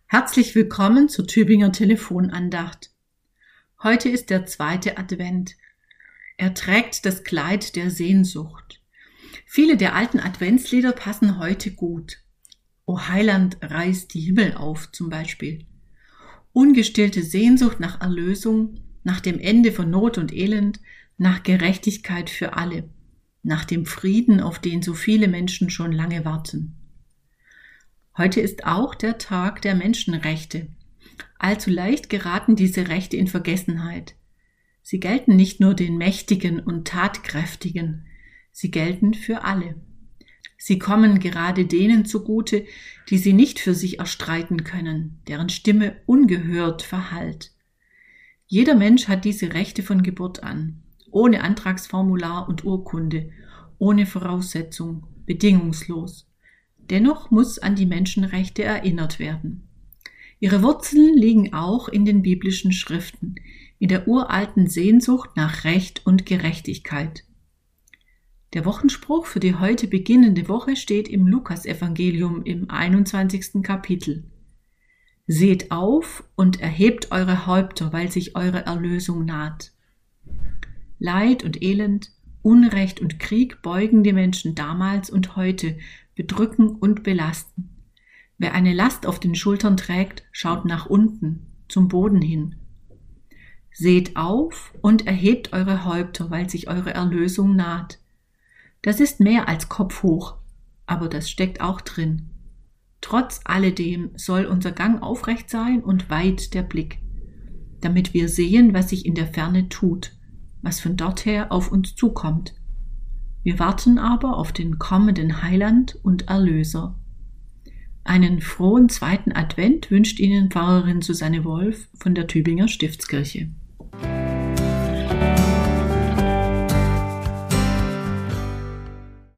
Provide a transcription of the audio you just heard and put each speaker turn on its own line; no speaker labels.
Herzlich willkommen zur Tübinger Telefonandacht. Heute ist der 2. Advent. Er trägt das Kleid der Sehnsucht. Viele der alten Adventslieder passen heute gut. O Heiland, reiß die Himmel auf zum Beispiel. Ungestillte Sehnsucht nach Erlösung, nach dem Ende von Not und Elend, nach Gerechtigkeit für alle, nach dem Frieden, auf den so viele Menschen schon lange warten. Heute ist auch der Tag der Menschenrechte. Allzu leicht geraten diese Rechte in Vergessenheit. Sie gelten nicht nur den Mächtigen und Tatkräftigen, sie gelten für alle. Sie kommen gerade denen zugute, die sie nicht für sich erstreiten können, deren Stimme ungehört verhallt. Jeder Mensch hat diese Rechte von Geburt an, ohne Antragsformular und Urkunde, ohne Voraussetzung, bedingungslos. Dennoch muss an die Menschenrechte erinnert werden. Ihre Wurzeln liegen auch in den biblischen Schriften, in der uralten Sehnsucht nach Recht und Gerechtigkeit. Der Wochenspruch für die heute beginnende Woche steht im Lukasevangelium im 21. Kapitel. Seht auf und erhebt eure Häupter, weil sich eure Erlösung naht. Leid und Elend, Unrecht und Krieg beugen die Menschen damals und heute, bedrücken und belasten. Wer eine Last auf den Schultern trägt, schaut nach unten, zum Boden hin. Seht auf und erhebt eure Häupter, weil sich eure Erlösung naht. Das ist mehr als Kopf hoch, aber das steckt auch drin. Trotz alledem soll unser Gang aufrecht sein und weit der Blick, damit wir sehen, was sich in der Ferne tut, was von dort her auf uns zukommt. Wir warten aber auf den kommenden Heiland und Erlöser. Einen frohen 2. Advent wünscht Ihnen Pfarrerin Susanne Wolf von der Tübinger Stiftskirche.